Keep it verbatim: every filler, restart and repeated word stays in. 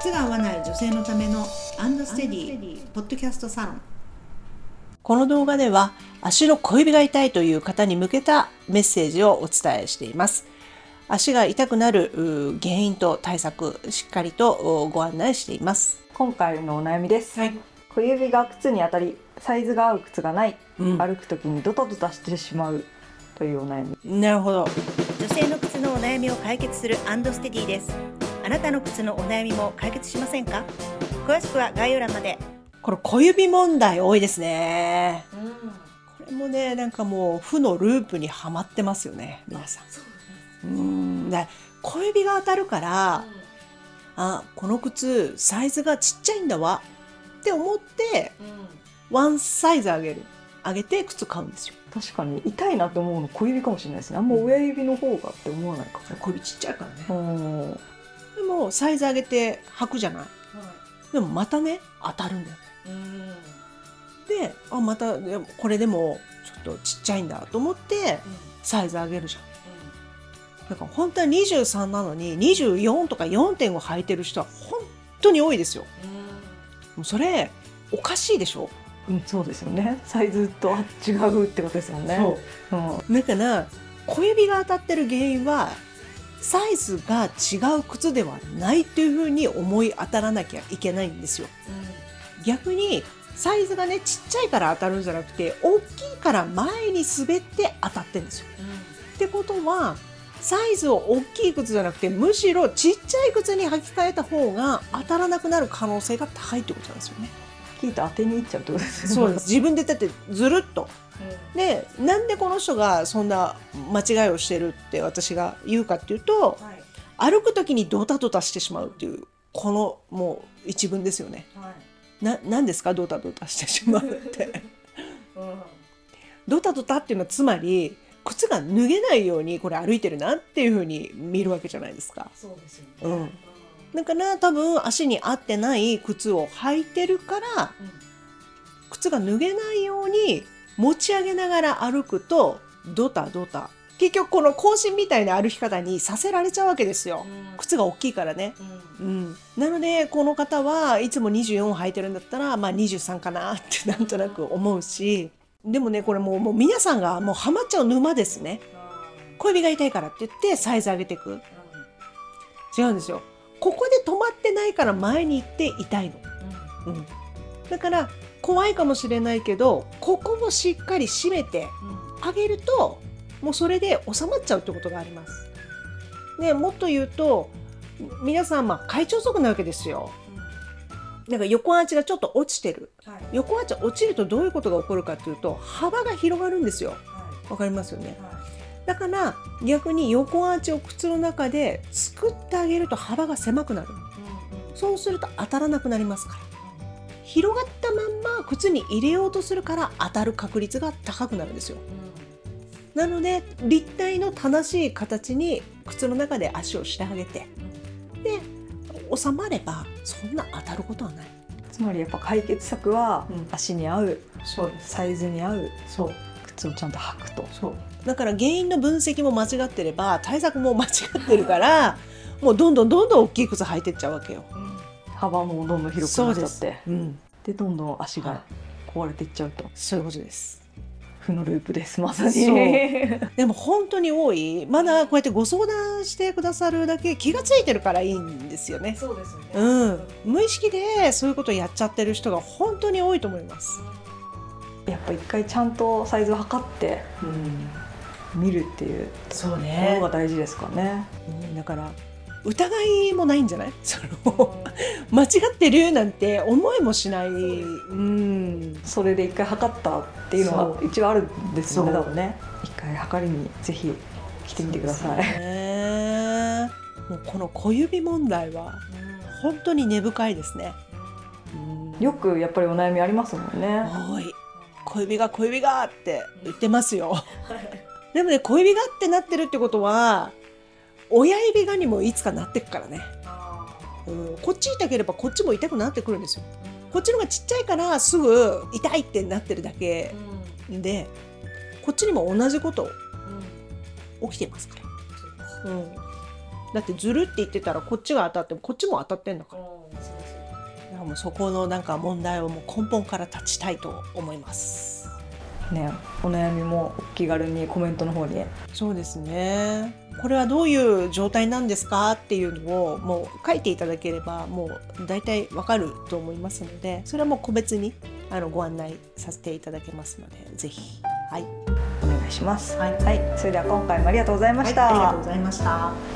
靴が合わない女性のためのアンドステディポッドキャストサロン。 この動画では足の小指が痛いという方に向けたメッセージをお伝えしています。足が痛くなる原因と対策、しっかりとご案内しています。 今回のお悩みです、 はい、 小指が靴に当たりサイズが合う靴がない、 うん、 歩くときにドタドタしてしまうというお悩み。 なるほど。 女性の靴のお悩みを解決するアンドステディです。あなたの靴のお悩みも解決しませんか？詳しくは概要欄まで。 この小指問題多いですね、 うん、 これもね、なんかもう負のループにはまってますよね、皆さん。うーん、だ小指が当たるから、うん、あ、この靴サイズがちっちゃいんだわって思って、うん、ワンサイズ上げる上げて靴買うんですよ。 確かに痛いなって思うの小指かもしれないですね。あんま親指の方がって思わないかも。 小指ちっちゃいからね。 うん、 でもサイズ上げて履くじゃない、はい、でもまたね当たるんだよね。うん、で、あ、またこれでもちょっとちっちゃいんだと思ってサイズ上げるじゃん、うん、だから本当はにじゅうさんなのににじゅうよんとか よんてんご 履いてる人は本当に多いですよ、うん、もうそれおかしいでしょ。 うん、そうですよね。サイズと違うってことですもんね。 そう、うん、だから小指が当たってる原因はサイズが違う靴ではないっていうふうに思い当たらなきゃいけないんですよ、うん、逆にサイズがねちっちゃいから当たるんじゃなくて大きいから前に滑って当たってるんですよ、うん、ってことはサイズを大きい靴じゃなくてむしろちっちゃい靴に履き替えた方が当たらなくなる可能性が高いってことなんですよね。 聞いて当てにいっちゃうってことですね。 そうです。自分でだってずるっと、うん、でなんでこの人がそんな間違いをしてるって私が言うかっていうと、はい、歩く時にドタドタしてしまうっていうこのもう一文ですよね、はい、な何ですかドタドタしてしまうって、うん、ドタドタっていうのはつまり靴が脱げないようにこれ歩いてるなっていう風に見るわけじゃないですか。 そうですよね、 うん、だから多分足に合ってない靴を履いてるから、うん、靴が脱げないように持ち上げながら歩くとドタドタ結局この行進みたいな歩き方にさせられちゃうわけですよ、うん、靴が大きいからね、うんうん、なのでこの方はいつもにじゅうよん履いてるんだったら、まあ、にじゅうさんかなってなんとなく思うし、でもねこれもう、もう皆さんがもうハマっちゃう沼ですね。小指が痛いからって言ってサイズ上げていく、違うんですよ。ここで止まってないから前に行って痛いの、うんうん、だから怖いかもしれないけどここもしっかり締めてあげると、もうそれで収まっちゃうってことがあります。でもっと言うと皆さんまあ開腸足なわけですよ。だから横アーチがちょっと落ちてる、はい、横アーチ落ちるとどういうことが起こるかというと幅が広がるんですよ。わかりますよね、はい、だから逆に横アーチを靴の中で作ってあげると幅が狭くなる、うんうん、そうすると当たらなくなりますから、広がったまんま靴に入れようとするから当たる確率が高くなるんですよ、うん、なので立体の正しい形に靴の中で足をしてあげて、で収まればそんな当たることはない。 つまりやっぱ解決策は、うん、足に合う、そうサイズに合う、 そう靴をちゃんと履くと。 そうだから原因の分析も間違ってれば対策も間違ってるからもうどんどんどんどん大きい靴履いてっちゃうわけよ、うん、 幅もどんどん広くなっちゃって、で,、うん、でどんどん足が壊れていっちゃうと、 そういうことです。 負のループです、まさに。 そうでも本当に多い。まだこうやってご相談してくださるだけ気がついてるからいいんですよね。 そうですよね、 うん、無意識でそういうことをやっちゃってる人が本当に多いと思います。 やっぱ一回ちゃんとサイズを測って、うん、見るっていうそうねのが大事ですかね、 うん、だから疑いもないんじゃない？その間違ってるなんて思いもしない。うん、 それで一回測ったっていうのが一応あるんですよね。多分ね、一回測りにぜひ来てみてください。 ね、もうこの小指問題は本当に根深いですね、 うん、よくやっぱりお悩みありますもんね。 多い。小指が小指がって言ってますよでもね小指がってなってるってことは親指がにもいつかなってくからね、うん、こっち痛ければこっちも痛くなってくるんですよ。こっちの方がちっちゃいからすぐ痛いってなってるだけで、こっちにも同じこと起きてますから、うん、だってずるって言ってたらこっちが当たってもこっちも当たってんだから、 もうそこのなんか問題をもう根本から断ちたいと思いますね。お悩みもお気軽にコメントの方に。 そうですね。これはどういう状態なんですかっていうのをもう書いていただければもう大体わかると思いますので、それはもう個別にあのご案内させていただけますので、ぜひ、はい、 お願いします。 はいはい、それでは今回もありがとうございました。 はい、ありがとうございました。